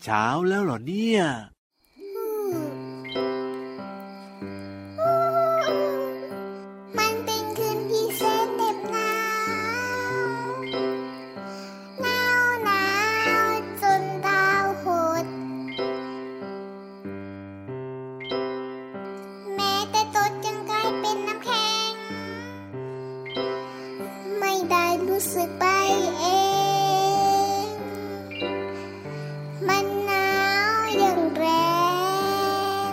เช้าแล้วเหรอเนี่ยมันเป็นคืนพิเศษเหน็บหนาวจนดาวหดแม้แต่ต้นยังกลายเป็นน้ำแข็งไม่ได้รู้สึกไปเองมันหนาวอย่างแรง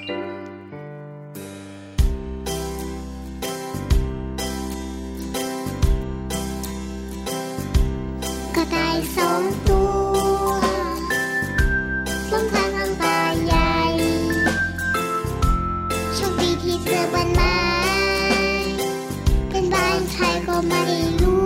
กระต่ายสองตัวลงทางกลางป่าใหญ่โชคดีที่เจอบ้านไม้เป็นบ้านใครก็ไม่รู้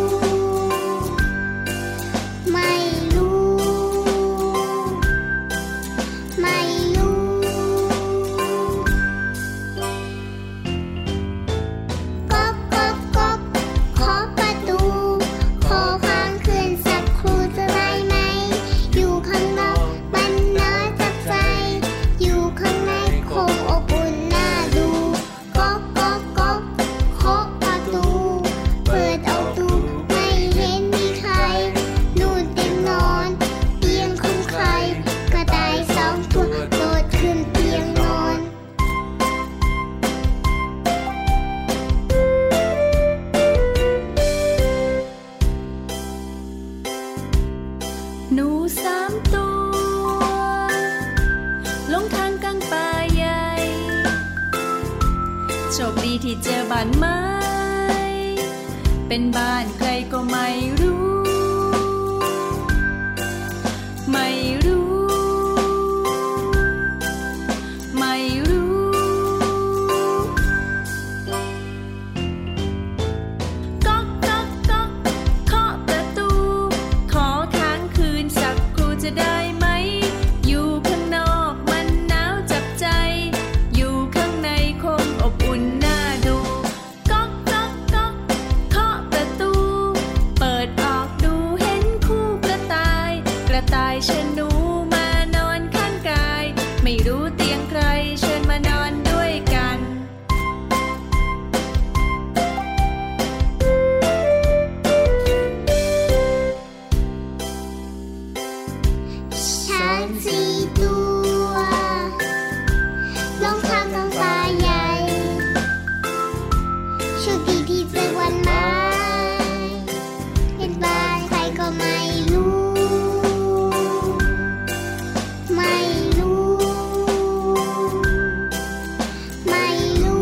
ที่เจอบ้านไม้เป็นบ้านใครก็ไม่รู้ไม่รู้ไม่รู้ก๊อกก๊อกก๊อกเคาะประตูขอค้างคืนสักครู่จะได้ไหมอยู่ข้างนอกมันหนาวจับใจอยู่ข้างในคงอบอุ่นน่าดูก๊อกก๊อกก๊อกเคาะประตูเปิดออกดูเห็นคู่กระต่ายเชิญหนูมานอนข้างกายไม่รู้เตียงใครเชิญมานอนด้วยกันช้างสี่ตัวลงทางกลางป่าใหญ่โชคดีที่เจอวันไม้เป็นบ้านใครก็ไม่รู้ไม่รู้ไม่รู้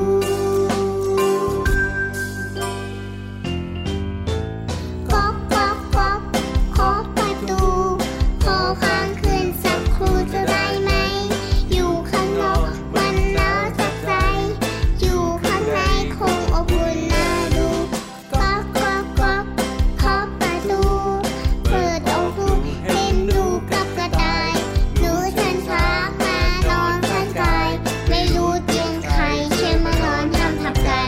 ก๊อกก๊อกก๊อกเคาะประตูขอค้างคืนสักครู่จะได้ไหมอยู่ข้างนอกมันหนาวจับใจอยู่ข้างในคงอบอุ่นน่าดูก๊อกก๊อกก๊อกเคาะประตูเปิดออกดูเห็นดูกับกระต่ายหนูฉันช้ามานอนข้างกายไม่รู้เตียงใครเชิญมานอนทับกัน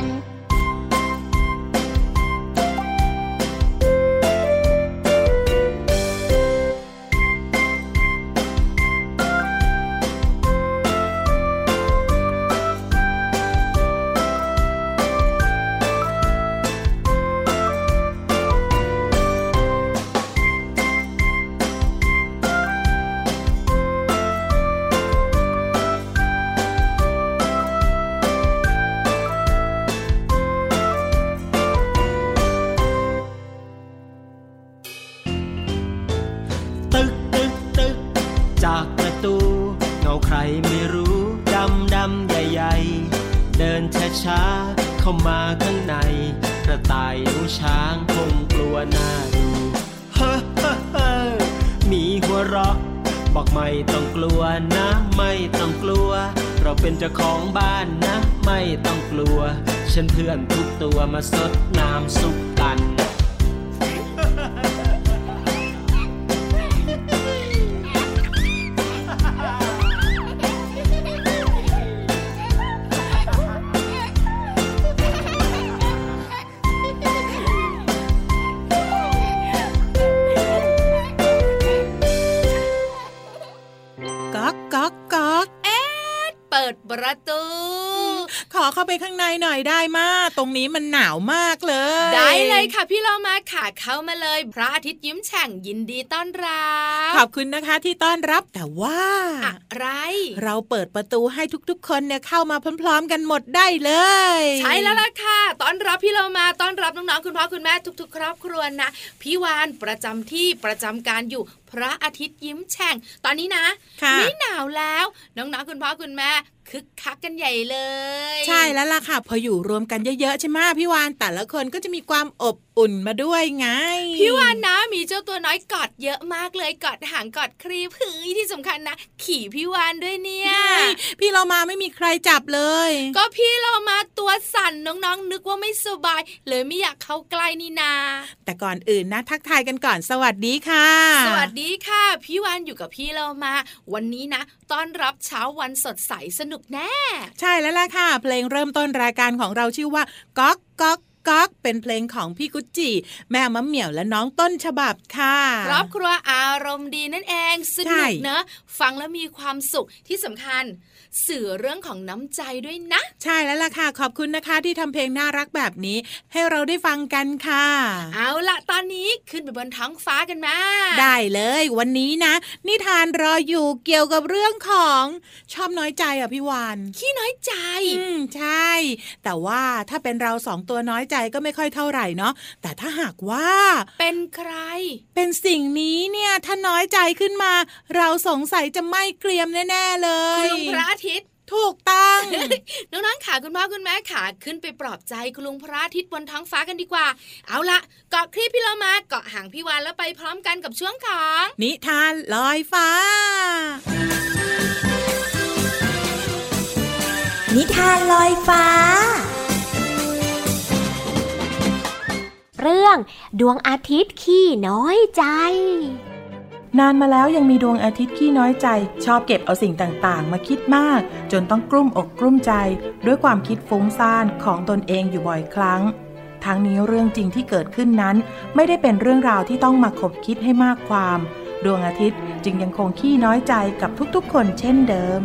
ตึกตึกตึกจากประตูเงาใครไม่รู้ดำดำใหญ่ๆเดินช้าๆเข้ามาข้างในกระต่ายหนูช้างคงกลัวหน้าดูเฮ้อเฮ้อเฮ้อมีหัวเราะบอกไม่ต้องกลัวนะไม่ต้องกลัวเราเป็นเจ้าของบ้านนะไม่ต้องกลัวฉันเพื่อนทุกตัวมาสดน้ำซุปกันเขอเข้าไปข้างในหน่อยได้มาตรงนี้มันหนาวมากเลยได้เลยค่ะพี่เรามาค่ะเข้ามาเลยพระอาทิตย์ยิ้มแฉ่งยินดีต้อนรับขอบคุณนะคะที่ต้อนรับแต่ว่าอะไรเราเปิดประตูให้ทุกๆคนเนี่ยเข้ามาพร้อมๆกันหมดได้เลยใช่แล้วล่ะค่ะต้อนรับพี่เรามาต้อนรับน้องๆคุณพ่อคุณแม่ทุกๆครอบครัวนะพี่วานประจำที่ประจำการอยู่พระอาทิตย์ยิ้มแฉ่งตอนนี้นะไม่หนาวแล้วน้องๆคุณพ่อคุณแม่คึกคักกันใหญ่เลยใช่แล้วล่ะค่ะพออยู่รวมกันเยอะๆใช่ไหมพี่วานแต่ละคนก็จะมีความอบอุ่นมาด้วยไงพี่วานนะมีเจ้าตัวน้อยกอดเยอะมากเลยกอดหางกอดครีบที่สำคัญนะขี่พี่วานด้วยเนี่ยพี่เรามาไม่มีใครจับเลยก็พี่เรามาตัวสั่นน้องๆนึกว่าไม่สบายเลยไม่อยากเข้าใกล้นี่นาแต่ก่อนอื่นนะทักทายกันก่อนสวัสดีค่ะสวัสดีค่ะพี่วานอยู่กับพี่เรามาวันนี้นะต้อนรับเช้าวันสดใสสนุกแน่ใช่แล้วล่ะค่ะเพลงเริ่มต้นรายการของเราชื่อว่าก๊อกก๊อกก๊อกเป็นเพลงของพี่กุจิแม่มะเหมี่ยวและน้องต้นฉบับค่ะครอบครัวอารมณ์ดีนั่นเองสนุกเนอะฟังแล้วมีความสุขที่สำคัญสื่อเรื่องของน้ำใจด้วยนะใช่แล้วล่ะค่ะขอบคุณนะคะที่ทำเพลงน่ารักแบบนี้ให้เราได้ฟังกันค่ะเอาล่ะตอนนี้ขึ้นไปบนท้องฟ้ากันมาได้เลยวันนี้นะนิทานรออยู่เกี่ยวกับเรื่องของชอบน้อยใจอ่ะพี่วานขี้น้อยใจใช่แต่ว่าถ้าเป็นเรา2ตัวน้อยใจก็ไม่ค่อยเท่าไหร่เนาะแต่ถ้าหากว่าเป็นใครเป็นสิ่งนี้เนี่ยถ้าน้อยใจขึ้นมาเราสงสัยจะไม่เกรียมแน่ๆเลยคุณลุงพระอาทิตย์ถูกต้องน้องๆขาคุณพ่อคุณแม่ขาขึ้นไปปลอบใจคุณลุงพระอาทิตย์บนท้องฟ้ากันดีกว่าเอาละเกาะคลิปพี่เรามาเกาะหางพี่วานแล้วไปพร้อมกันกับช่วงของนิทานลอยฟ้านิทานลอยฟ้าเรื่องดวงอาทิตย์ขี้น้อยใจนานมาแล้วยังมีดวงอาทิตย์ขี้น้อยใจชอบเก็บเอาสิ่งต่างๆมาคิดมากจนต้องกลุ้มอกกลุ้มใจด้วยความคิดฟุ้งซ่านของตนเองอยู่บ่อยครั้งทั้งนี้เรื่องจริงที่เกิดขึ้นนั้นไม่ได้เป็นเรื่องราวที่ต้องมาขบคิดให้มากความดวงอาทิตย์จึงยังคงขี้น้อยใจกับทุกๆคนเช่นเดิม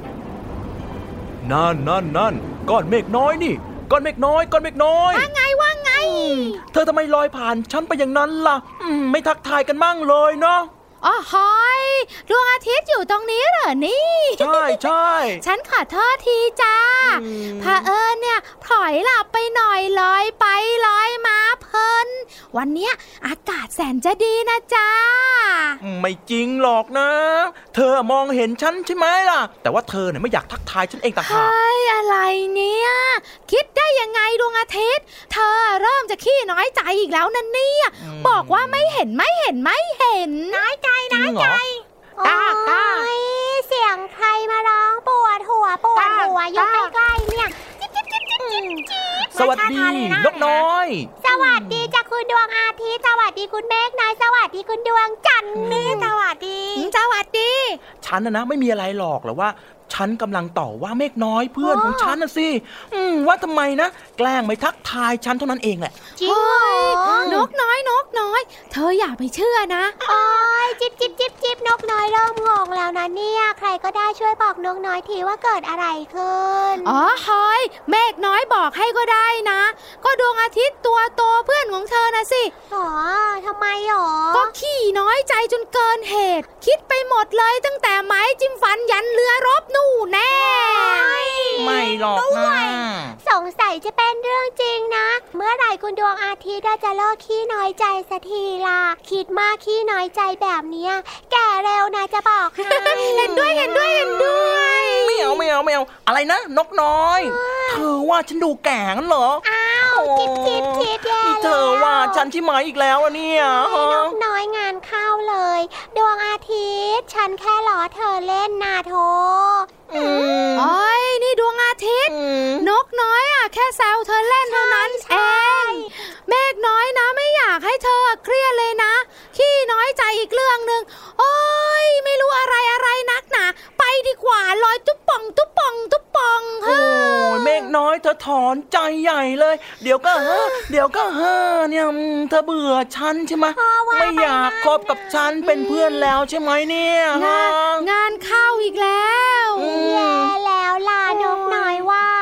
นั่นก้อนเมฆน้อยนี่ก้อนเมฆน้อยว่าไงเธอทำไมลอยผ่านฉันไปอย่างนั้นล่ะไม่ทักทายกันมั่งเลยเนาะอ๋อหอยดวงอาทิตย์อยู่ตรงนี้เหรอนี่ใช่ฉันขอโทษทีจ้าเผอิญเนี่ยพลอยหลับไปหน่อยลอยไปลอยมาเพลินวันเนี้ยอากาศแสนจะดีนะจ้าไม่จริงหรอกนะเธอมองเห็นฉันใช่ไหมล่ะแต่ว่าเธอเนี่ยไม่อยากทักทายฉันเองต่างหากอะไรเนี่ยคิดได้ยังไงดวงอาทิตย์เธอเริ่มจะขี้น้อยใจอีกแล้วนั่นเนี่ยบอกว่าไม่เห็นน้อยใจโอ้ยเสียงใครมาร้องปวดหัวอยู่ใกล้ๆเนี่ยสวัสดีนกน้อยสวัสดีจ้ะคุณดวงอาทิตย์สวัสดีคุณเมฆน้อยสวัสดีคุณดวงจันทร์สวัสดีฉันนะไม่มีอะไรหรอกหรอกว่าฉันกำลังต่อว่าเมฆน้อยเพื่อนของฉันนะสิว่าทำไมนะแกล้งไม่ทักทายฉันเท่านั้นเองแหละจริงเหรอนกน้อยเธออย่าไปเชื่อนะโอ้ยจิบนกน้อยเริ่มงงแล้วนะเนี่ยใครก็ได้ช่วยบอกนกน้อยทีว่าเกิดอะไรขึ้นหอยเมฆน้อยบอกให้ก็ได้นะก็ดวงอาทิตย์ตัวโตเพื่อนของเธอนะสิทำไมหรอก็ขี้น้อยใจจนเกินเหตุคิดไปหมดเลยตั้งแต่ไม้จิ้มฟันยันเรือรบนู่นแน่ไม่หรอกนะสงสัยจะเป็นเรื่องจริงนะเมื่อไหร่คุณดวงอาทิตย์จะเลิกขี้น้อยใจสักทีล่ะคิดมากขี้น้อยใจแบบนี้แก่เร็วนะจะบอกให้เห็นด้วยไม่เอาอะไรนะนกน้อยเธอว่าฉันดูแก่งั้นเหรออ้าวจิบแย่เธอว่าฉันใช่ไหมอีกแล้วเนี่ยนกน้อยงานเข้าเลยดวงอาทิตย์ฉันแค่ล้อเธอเล่นนะโธ่โอ้ยนี่ดวงอาทิตย์นกน้อยแค่แซวเธอเล่นเท่านั้นเองเมฆน้อยนะไม่อยากให้เธอเครียดเลยนะขี้น้อยใจอีกเรื่องนึงโอ้ยไม่รู้อะไรนักหนาไปดีกว่าลอยตุ๊บป่องโอ้ยเมฆน้อยเธอถอนใจใหญ่เลยเดี๋ยวก็เนี่ยเธอเบื่อฉันใช่ไหมไม่อยากคบกับฉันเป็นเพื่อนแล้วใช่ไหมเนี่ยงานเข้าอีกแล้วแย่แล้วล่ะนกน้อยว่าด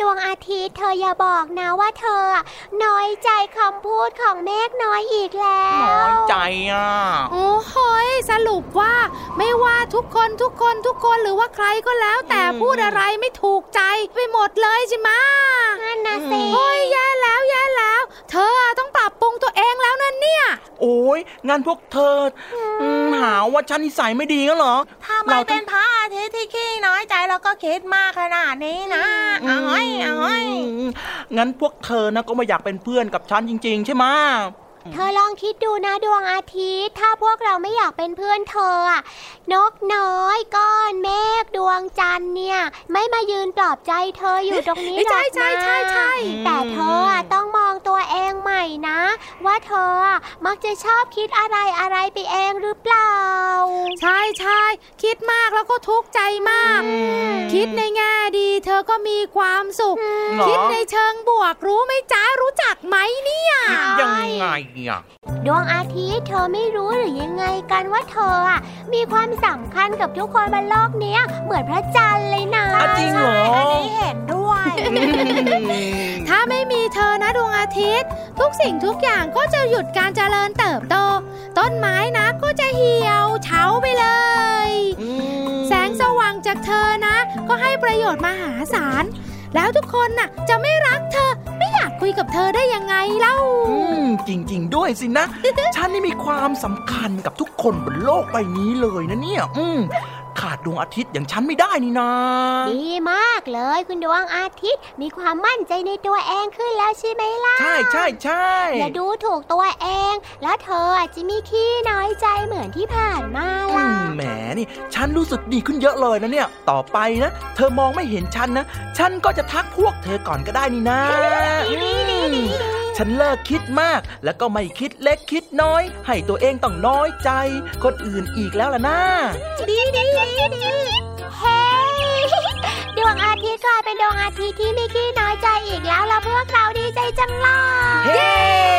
วงอาทิตย์เธออย่าบอกนะว่าเธอน้อยใจคำพูดของเมฆน้อยอีกแล้วน้อยใจโอ้โหสรุปว่าไม่ว่าทุกคนหรือว่าใครก็แล้วแต่พูดอะไรไม่ถูกใจไปหมดเลยใช่ไหมนั่นนะสิโอ้ยแย่แล้วเธอต้องปรับปรุงตัวเองแล้วนั่นเนี่ยโอ้ยงั้นพวกเธอหาว่าฉันนิสัยไม่ดีงั้นเหรอถ้าไม่เป็นพระอาทิตย์ที่ขี้น้อยใจแล้วก็คิดมากขนาดนี้นะงั้นพวกเธอนะก็ไม่อยากเป็นเพื่อนกับฉันจริงๆใช่ไหมเธอลองคิดดูนะดวงอาทิตย์ถ้าพวกเราไม่อยากเป็นเพื่อนเธอนกน้อยก้อนเมฆดวงจันทร์เนี่ยไม่มายืนปลอบใจเธออยู่ตรงนี้หรอกนะใช่แต่เธอต้องมองตัวเองใหม่นะว่าเธอมักจะชอบคิดอะไรไปเองหรือเปล่าใช่คิดมากแล้วก็ทุกข์ใจมากคิดในแง่ดีเธอก็มีความสุขคิดในเชิงบวกรู้ไหมจ๊ะรู้จักไหมเนี่ยยังไงดวงอาทิตย์เธอไม่รู้หรือยังไงกันว่าเธอมีความสำคัญกับทุกคนบนโลกนี้เหมือนพระจันทร์เลยนะจริงเหรออันนี้เห็นด้วยถ้าไม่มีเธอนะดวงอาทิตย์ทุกสิ่งทุกอย่างก็จะหยุดการเจริญเติบโตต้นไม้นะก็จะเหี่ยวเฉาไปเลยแสงสว่างจากเธอนะก็ให้ประโยชน์มหาศาลแล้วทุกคนน่ะจะไม่รักเธอไม่อยากคุยกับเธอได้ยังไงเล่าจริงๆด้วยสินะ ฉันนี่มีความสำคัญกับทุกคนบนโลกใบนี้เลยนะเนี่ยขาดดวงอาทิตย์อย่างฉันไม่ได้นี่นาดีมากเลยคุณดวงอาทิตย์มีความมั่นใจในตัวเองขึ้นแล้วใช่ไหมล่ะใช่อย่าดูถูกตัวเองแล้วเธอจะมีขี้น้อยใจเหมือนที่ผ่านมาล่ะแหมนี่ฉันรู้สึกดีขึ้นเยอะเลยนะเนี่ยต่อไปนะเธอมองไม่เห็นฉันนะฉันก็จะทักพวกเธอก่อนก็ได้นี่นะฉันเลิกคิดมากแล้วก็ไม่คิดเล็กคิดน้อยให้ตัวเองต้องน้อยใจคนอื่นอีกแล้วล่ะนะดีเฮ้ดวงอาทิตย์กลายเป็นดวงอาทิตย์ที่มีขี้น้อยใจอีกแล้วแล้วพวกเราดีใจจังเลยเฮ้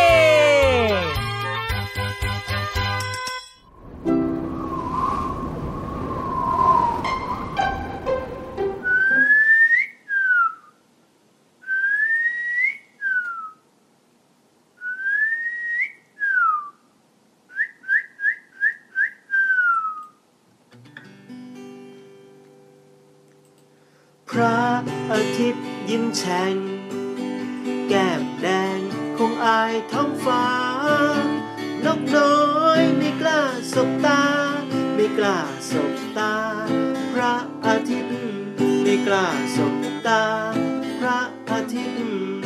พระอาทิตย์ยิ้มแฉ่งแก้มแดงคงอายท้องฟ้านกน้อยไม่กล้าสบตาไม่กล้าสบตาพระอาทิตย์ไม่กล้าสบตาพระอาทิตย์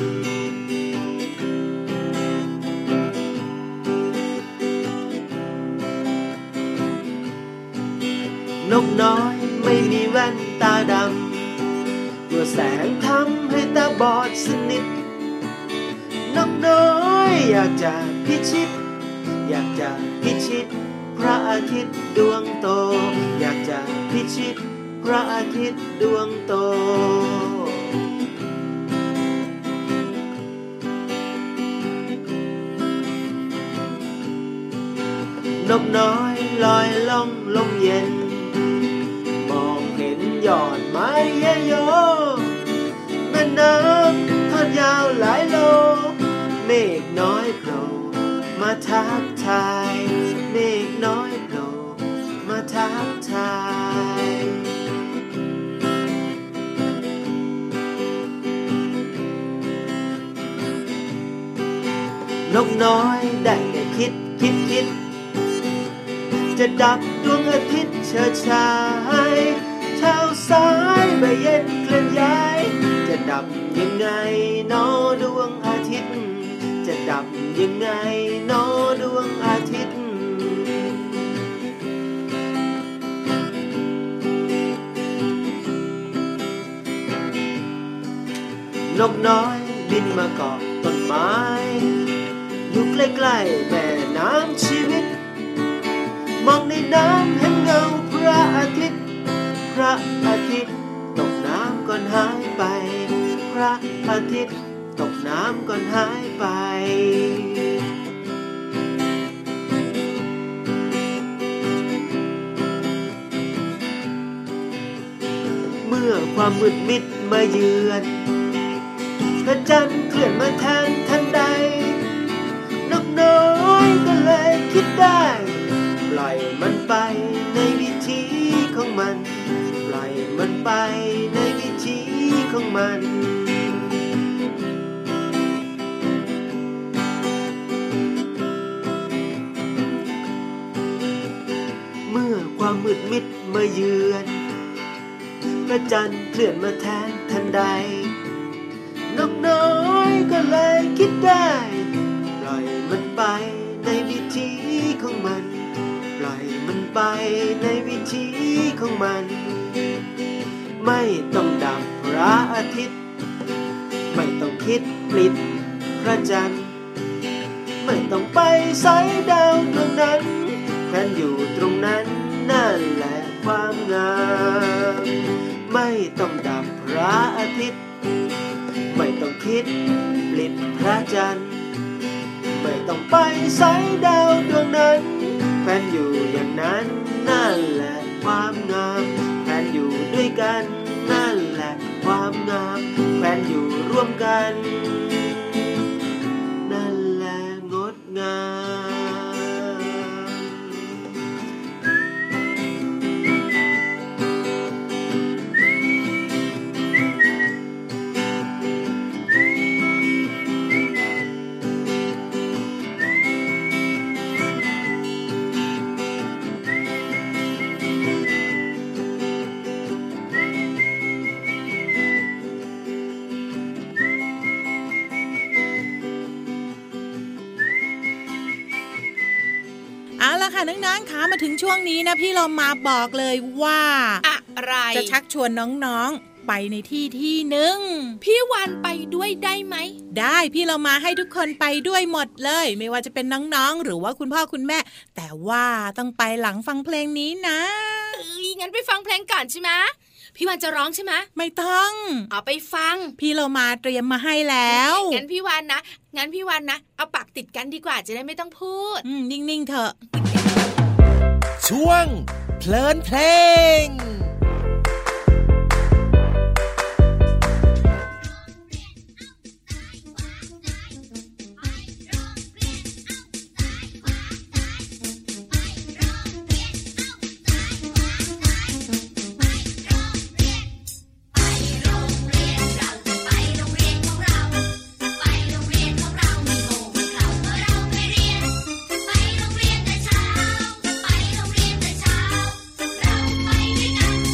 นกน้อยไม่มีแว่นตาดำกลัวแสงทำให้ตาบอดสนิทนกน้อยอยากจะพิชิตพระอาทิตย์ดวงโตอยากจะพิชิตพระอาทิตย์ดวงโตนกน้อยลอยล่องลมเย็นมองเห็นยอดไม้เยอะโยแม่น้ำทอดยาวหลายโลเมฆน้อยโผล่มาทักทายเมฆน้อยโผล่มาทักทายนกน้อยได้แต่คิดจะดับดวงอาทิตย์เฉิดฉายเช้าสายใบเย็นเคลื่อนย้ายจะดับยังไงนอดวงอาทิตย์จะดับยังไงนอดวงอาทิตย์นกน้อยบินมาเกาะต้นไม้อยู่ใกล้ๆแม่น้ำชีวิตมองในน้ำเห็นเงาพระอาทิตย์ตกน้ำก่อนหายไปพระอาทิตย์ตกน้ำก่อนหายไปเมื่อความมืดมิดมาเยือนระจันทร์เคลื่อนมาแทนทันใดนกน้อยก็เลยคิดได้ปล่อยมันไปในวิถีของมันปล่อยมันไปในวิถีของมันเมื่อความมืดมิดมาเยือนพระจันทร์เคลื่อนมาแทนทันใดนกน้อยก็เลยคิดได้ปล่อยมันไปในวิถีของมันปล่อยมันไปในวิถีของมันไม่ต้องดับพระอาทิตย์ไม่ต้องคิดปลิดพระจันทร์ไม่ต้องไปสายดาวดวงนั้นแค่อยู่ตรงนั้นนั่นแหละความงามไม่ต้องดับพระอาทิตย์ไม่ต้องคิดปลิดพระจันทร์ไม่ต้องไปสายดาวดวงนั้นแฟนอยู่อย่างนั้นนั่นแหละความงามแฟนอยู่ด้วยกันนั่นแหละความงามแฟนอยู่ร่วมกันนั่นแหละงดงามเอาล่ะค่ะน้องๆคะมาถึงช่วงนี้นะพี่เรามาบอกเลยว่าอะไรจะชักชวนน้องๆไปในที่หนึ่งพี่วานไปด้วยได้ไหมได้พี่เรามาให้ทุกคนไปด้วยหมดเลยไม่ว่าจะเป็นน้องๆหรือว่าคุณพ่อคุณแม่แต่ว่าต้องไปหลังฟังเพลงนี้นะงั้นไปฟังเพลงก่อนใช่ไหมพี่วานจะร้องใช่ไหมไม่ต้องเอาไปฟังพี่เรามาเตรียมมาให้แล้วงั้นพี่วานนะเอาปากติดกันดีกว่าจะได้ไม่ต้องพูดนิ่งๆเถอะช่วงเพลินเพลงไปโรงเรียนแต่เช้า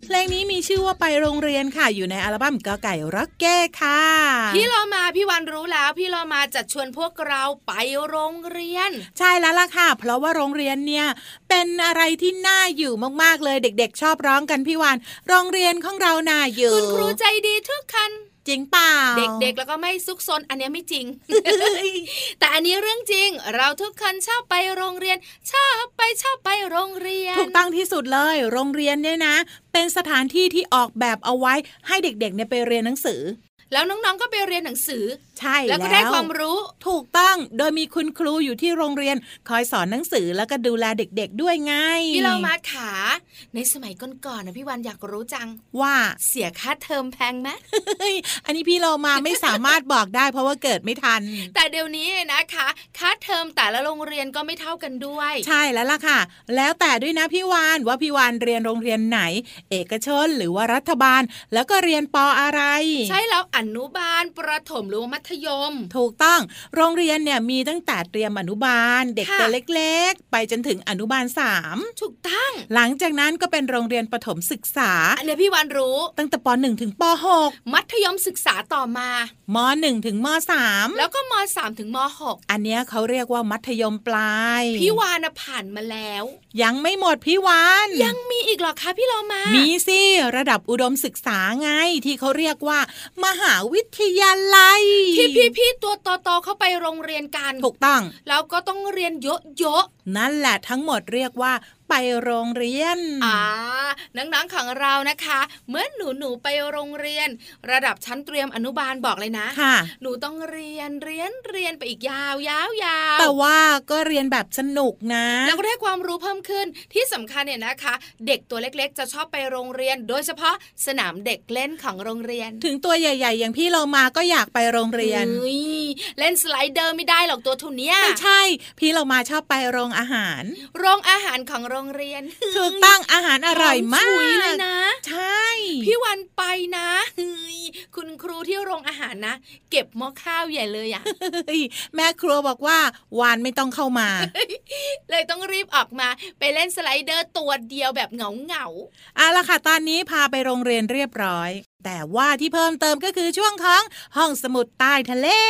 เพลงนี้มีชื่อว่าไปโรงเรียนค่ะอยู่ในอัลบั้มกไก่ร็อกเก้ค่ะพี่โลมาพี่วันรู้แล้วพี่โลมาจะชวนพวกเราไปโรงเรียนใช่แล้วล่ะค่ะเพราะว่าโรงเรียนเนี่ยเป็นอะไรที่น่าอยู่มากๆเลยเด็กๆชอบร้องกันพี่วันโรงเรียนของเราน่าอยู่คุณครูใจดีทุกคนจริงเปล่าเด็กๆแล้วก็ไม่ซุกซนอันนี้ไม่จริง แต่อันนี้เรื่องจริงเราทุกคนชอบไปโรงเรียนชอบไปโรงเรียนถูกต้องที่สุดเลยโรงเรียนเนี่ยนะเป็นสถานที่ที่ออกแบบเอาไว้ให้เด็กๆเนี่ยไปเรียนหนังสือแล้วน้องๆก็ไปเรียนหนังสือใช่แล้วก็ได้ความรู้ถูกต้องโดยมีคุณครูอยู่ที่โรงเรียนคอยสอนหนังสือแล้วก็ดูแลเด็กๆด้วยไงพี่เรามาขาในสมัยก่อนๆนะพี่วันอยากรู้จังว่าเสียค่าเทอมแพงไหมอันนี้พี่เรามาไม่สามารถบอกได้เพราะว่าเกิดไม่ทันแต่เดี๋ยวนี้นะคะค่าเทอมแต่ละโรงเรียนก็ไม่เท่ากันด้วยใช่แล้วล่ะค่ะแล้วแต่ด้วยนะพี่วานว่าพี่วานเรียนโรงเรียนไหนเอกชนหรือว่ารัฐบาลแล้วก็เรียนป.อะไรใช่แล้วอนุบาลประถมหรือมัธยมถูกต้องโรงเรียนเนี่ยมีตั้งแต่เตรียมอนุบาลเด็กตัวเล็กๆไปจนถึงอนุบาล3 ถูกต้องหลังจากนั้นก็เป็นโรงเรียนประถมศึกษาอันนี้พี่วานรู้ตั้งแต่ป.1 ถึงป.6 มัธยมศึกษาต่อมาม .1 ถึงม.3 แล้วก็ม.3 ถึงม .6 อันเนี้ยเขาเรียกว่ามัธยมปลายพี่วานผ่านมาแล้วยังไม่หมดพี่วานยังมีอีกเหรอคะพี่โลมามีสิระดับอุดมศึกษาไงที่เขาเรียกว่ามหาวิทยาลัยที่พี่ตัวโตๆเข้าไปโรงเรียนกันถูกต้องแล้วก็ต้องเรียนเยอะๆนั่นแหละทั้งหมดเรียกว่าไปโรงเรียนน้องๆของเรานะคะเมื่อหนูไปโรงเรียนระดับชั้นเตรียมอนุบาลบอกเลยนะหนูต้องเรียนไปอีกยาวแต่ว่าก็เรียนแบบสนุกนะแล้วก็ได้ความรู้เพิ่มขึ้นที่สำคัญเนี่ยนะคะเด็กตัวเล็กๆจะชอบไปโรงเรียนโดยเฉพาะสนามเด็กเล่นของโรงเรียนถึงตัวใหญ่ๆอย่างพี่เรามาก็อยากไปโรงเรียนเล่นสไลเดอร์ไม่ได้หรอกตัวทุนเนี้ยไม่ใช่พี่เรามาชอบไปโรงอาหารของโรงเรียนถูกต้องอาหารอร่อยมากเลยนะใช่พี่วันไปนะคุณครูที่โรงอาหารนะเก็บหม้อข้าวใหญ่เลยอ่ะแม่ครัวบอกว่าวานไม่ต้องเข้ามาเลยต้องรีบออกมาไปเล่นสไลเดอร์ตัวเดียวแบบเหงาเอาล่ะค่ะตอนนี้พาไปโรงเรียนเรียบร้อยแต่ว่าที่เพิ่มเติมก็คือช่วงของห้องสมุดใต้ทะเล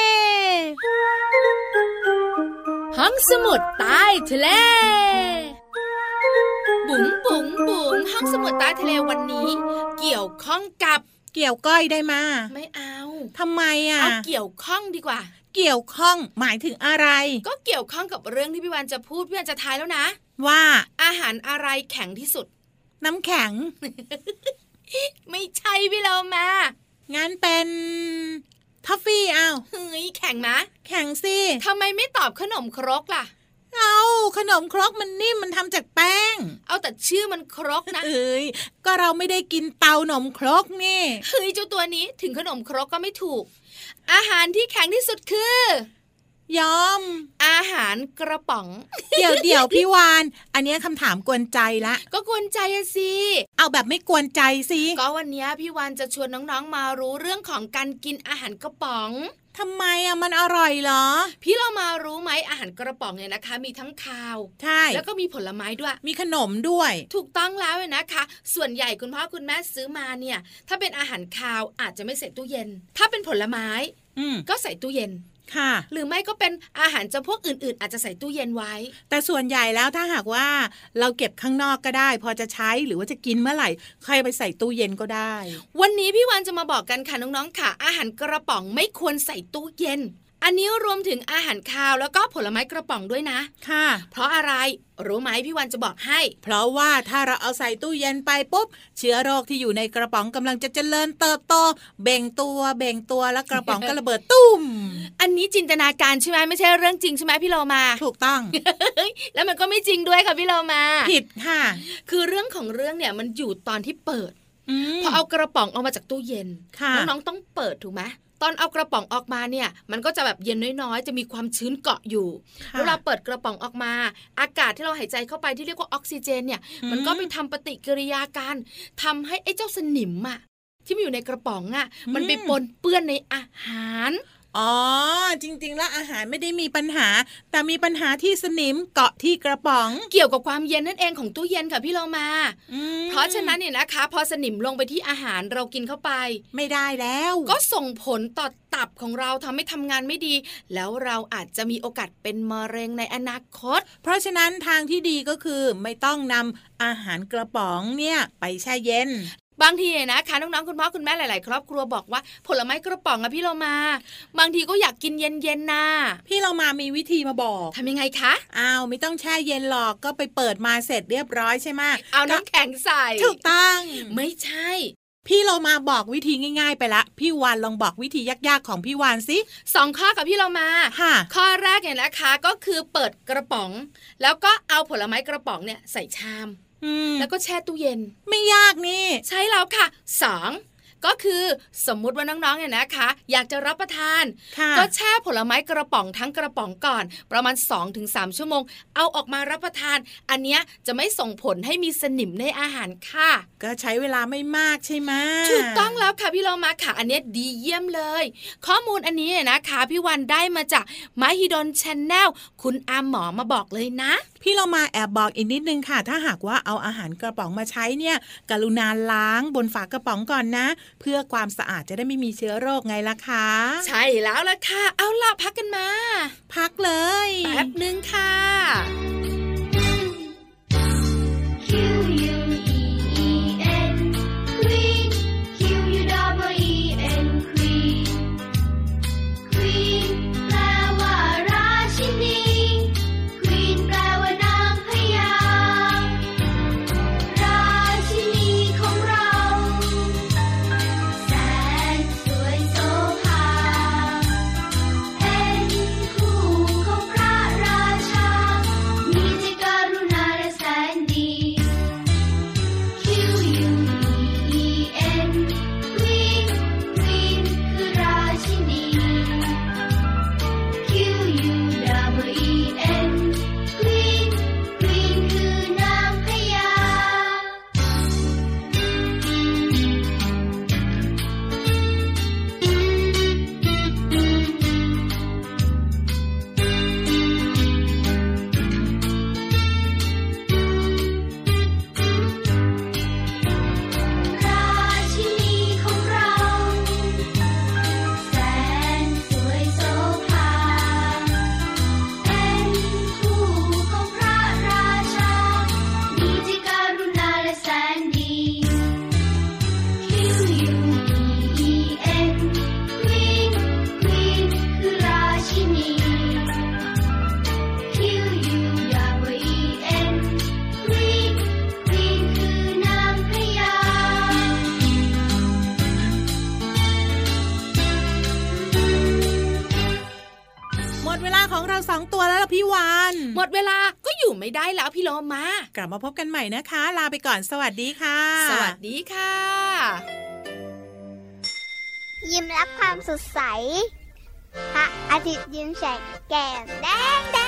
ห้องสมุดใต้ทะเลบุ๋งห้องสมุดใต้ทะเลวันนี้เกี่ยวข้องกับเกี่ยวก้อยได้มาไม่เอาทำไมอ่ะเอาเกี่ยวข้องดีกว่าเกี่ยวข้องหมายถึงอะไรก็เกี่ยวข้องกับเรื่องที่พี่วันจะพูดพี่วันจะทายแล้วนะว่าอาหารอะไรแข็งที่สุดน้ำแข็งไม่ใช่พี่เรามางั้นเป็นทอฟฟี่อ้าวเฮ้ยแข็งมะแข็งสิทำไมไม่ตอบขนมครกล่ะเอาขนมครกมันนิ่มมันทำจากแป้งเอาแต่ชื่อมันครกนะเอ้ยก็เราไม่ได้กินเตาหนมครกนี่เฮ้ยเจ้าตัวนี้ถึงขนมครกก็ไม่ถูกอาหารที่แข็งที่สุดคือยอมอาหารกระป๋องเดี๋ยวพี่วานอันนี้คำถามกวนใจละก็กวนใจสิเอาแบบไม่กวนใจสิก็วันนี้พี่วานจะชวนน้องๆมารู้เรื่องของการกินอาหารกระป๋องทำไมอ่ะมันอร่อยเหรอพี่เรามารู้ไหมอาหารกระป๋องเนี่ยนะคะมีทั้งคาวใช่แล้วก็มีผลไม้ด้วยมีขนมด้วยถูกต้องแล้วนะคะส่วนใหญ่คุณพ่อคุณแม่ซื้อมาเนี่ยถ้าเป็นอาหารคาวอาจจะไม่ใส่ตู้เย็นถ้าเป็นผลไม้ก็ใส่ตู้เย็นค่ะหรือไม่ก็เป็นอาหารจำพวกอื่นๆอาจจะใส่ตู้เย็นไว้แต่ส่วนใหญ่แล้วถ้าหากว่าเราเก็บข้างนอกก็ได้พอจะใช้หรือว่าจะกินเมื่อไหร่ใครไปใส่ตู้เย็นก็ได้วันนี้พี่วันจะมาบอกกันค่ะน้องๆค่ะอาหารกระป๋องไม่ควรใส่ตู้เย็นอันนี้รวมถึงอาหารคาวแล้วก็ผลไม้กระป๋องด้วยนะค่ะเพราะอะไรรู้ไหมพี่วันจะบอกให้เพราะว่าถ้าเราเอาใส่ตู้เย็นไปปุ๊บเชื้อโรคที่อยู่ในกระป๋องกำลังจะเจริญเติบโตเบ่งตัวแล้วกระป๋องก็ระเบิดตุ้มอันนี้จินตนาการใช่ไหมไม่ใช่เรื่องจริงใช่ไหมพี่โลมาถูกต้องแล้วมันก็ไม่จริงด้วยค่ะพี่โลมาผิดค่ะคือเรื่องของเรื่องเนี่ยมันอยู่ตอนที่เปิดพอเอากระป๋องออกมาจากตู้เย็นน้องๆต้องเปิดถูกไหมตอนเอากระป๋องออกมาเนี่ยมันก็จะแบบเย็นน้อยๆจะมีความชื้นเกาะอยู่เวลาเปิดกระป๋องออกมาอากาศที่เราหายใจเข้าไปที่เรียกว่าออกซิเจนเนี่ยมันก็ไปทำปฏิกิริยาการทำให้ไอ้เจ้าสนิมอะที่มันอยู่ในกระป๋องอะมันไปปนเปื้อนในอาหารอ๋อจริงๆแล้วอาหารไม่ได้มีปัญหาแต่มีปัญหาที่สนิมเกาะที่กระป๋องเกี่ยวกับความเย็นนั่นเองของตู้เย็นค่ะพี่โลมาเพราะฉะนั้นเนี่ยนะคะพอสนิมลงไปที่อาหารเรากินเข้าไปไม่ได้แล้วก็ส่งผลต่อตับของเราทำให้ทำงานไม่ดีแล้วเราอาจจะมีโอกาสเป็นมะเร็งในอนาคตเพราะฉะนั้นทางที่ดีก็คือไม่ต้องนำอาหารกระป๋องเนี่ยไปแช่เย็นบางทีนะคะน้องๆคุณพ่อคุณแม่หลายๆครอบครัวบอกว่าผลไม้กระป๋องอะพี่เรามาบางทีก็อยากกินเย็นๆนะพี่เรามามีวิธีมาบอกทำยังไงคะไม่ต้องแช่เย็นหรอกก็ไปเปิดมาเสร็จเรียบร้อยใช่ไหมเอาน้ำแข็งใส่ถูกต้องไม่ใช่พี่เรามาบอกวิธีง่ายๆไปละพี่วานลองบอกวิธียากๆของพี่วานสิ 2ข้อกับพี่เรามาข้อแรกเนี่ยนะคะก็คือเปิดกระป๋องแล้วก็เอาผลไม้กระป๋องเนี่ยใส่ชามแล้วก็แช่ตู้เย็นไม่ยากนี่ใช่แล้วค่ะ2ก็คือสมมุติว่าน้องๆเนี่ยนะคะอยากจะรับประทานก็แช่ผลไม้กระป๋องทั้งกระป๋องก่อนประมาณ 2-3 ชั่วโมงเอาออกมารับประทานอันเนี้ยจะไม่ส่งผลให้มีสนิมในอาหารค่ะก็ใช้เวลาไม่มากใช่ไหมถูกต้องแล้วค่ะพี่เรามาค่ะอันเนี้ยดีเยี่ยมเลยข้อมูลอันนี้นะคะพี่วันได้มาจากMahidol Channel คุณอาหมอมาบอกเลยนะพี่เรามาแอบบอกอีกนิดนึงค่ะถ้าหากว่าเอาอาหารกระป๋องมาใช้เนี่ยกรุณาล้างบนฝากระป๋องก่อนนะเพื่อความสะอาดจะได้ไม่มีเชื้อโรคไงล่ะคะใช่แล้วล่ะค่ะเอาล่ะพักกันมาพักเลยแป๊บนึงค่ะหมดเวลาก็อยู่ไม่ได้แล้วพี่โลมากลับมาพบกันใหม่นะคะลาไปก่อนสวัสดีค่ะสวัสดีค่ะยิ้มรับความสดใสพระอาทิตย์ยิ้มแฉกแก้มแดง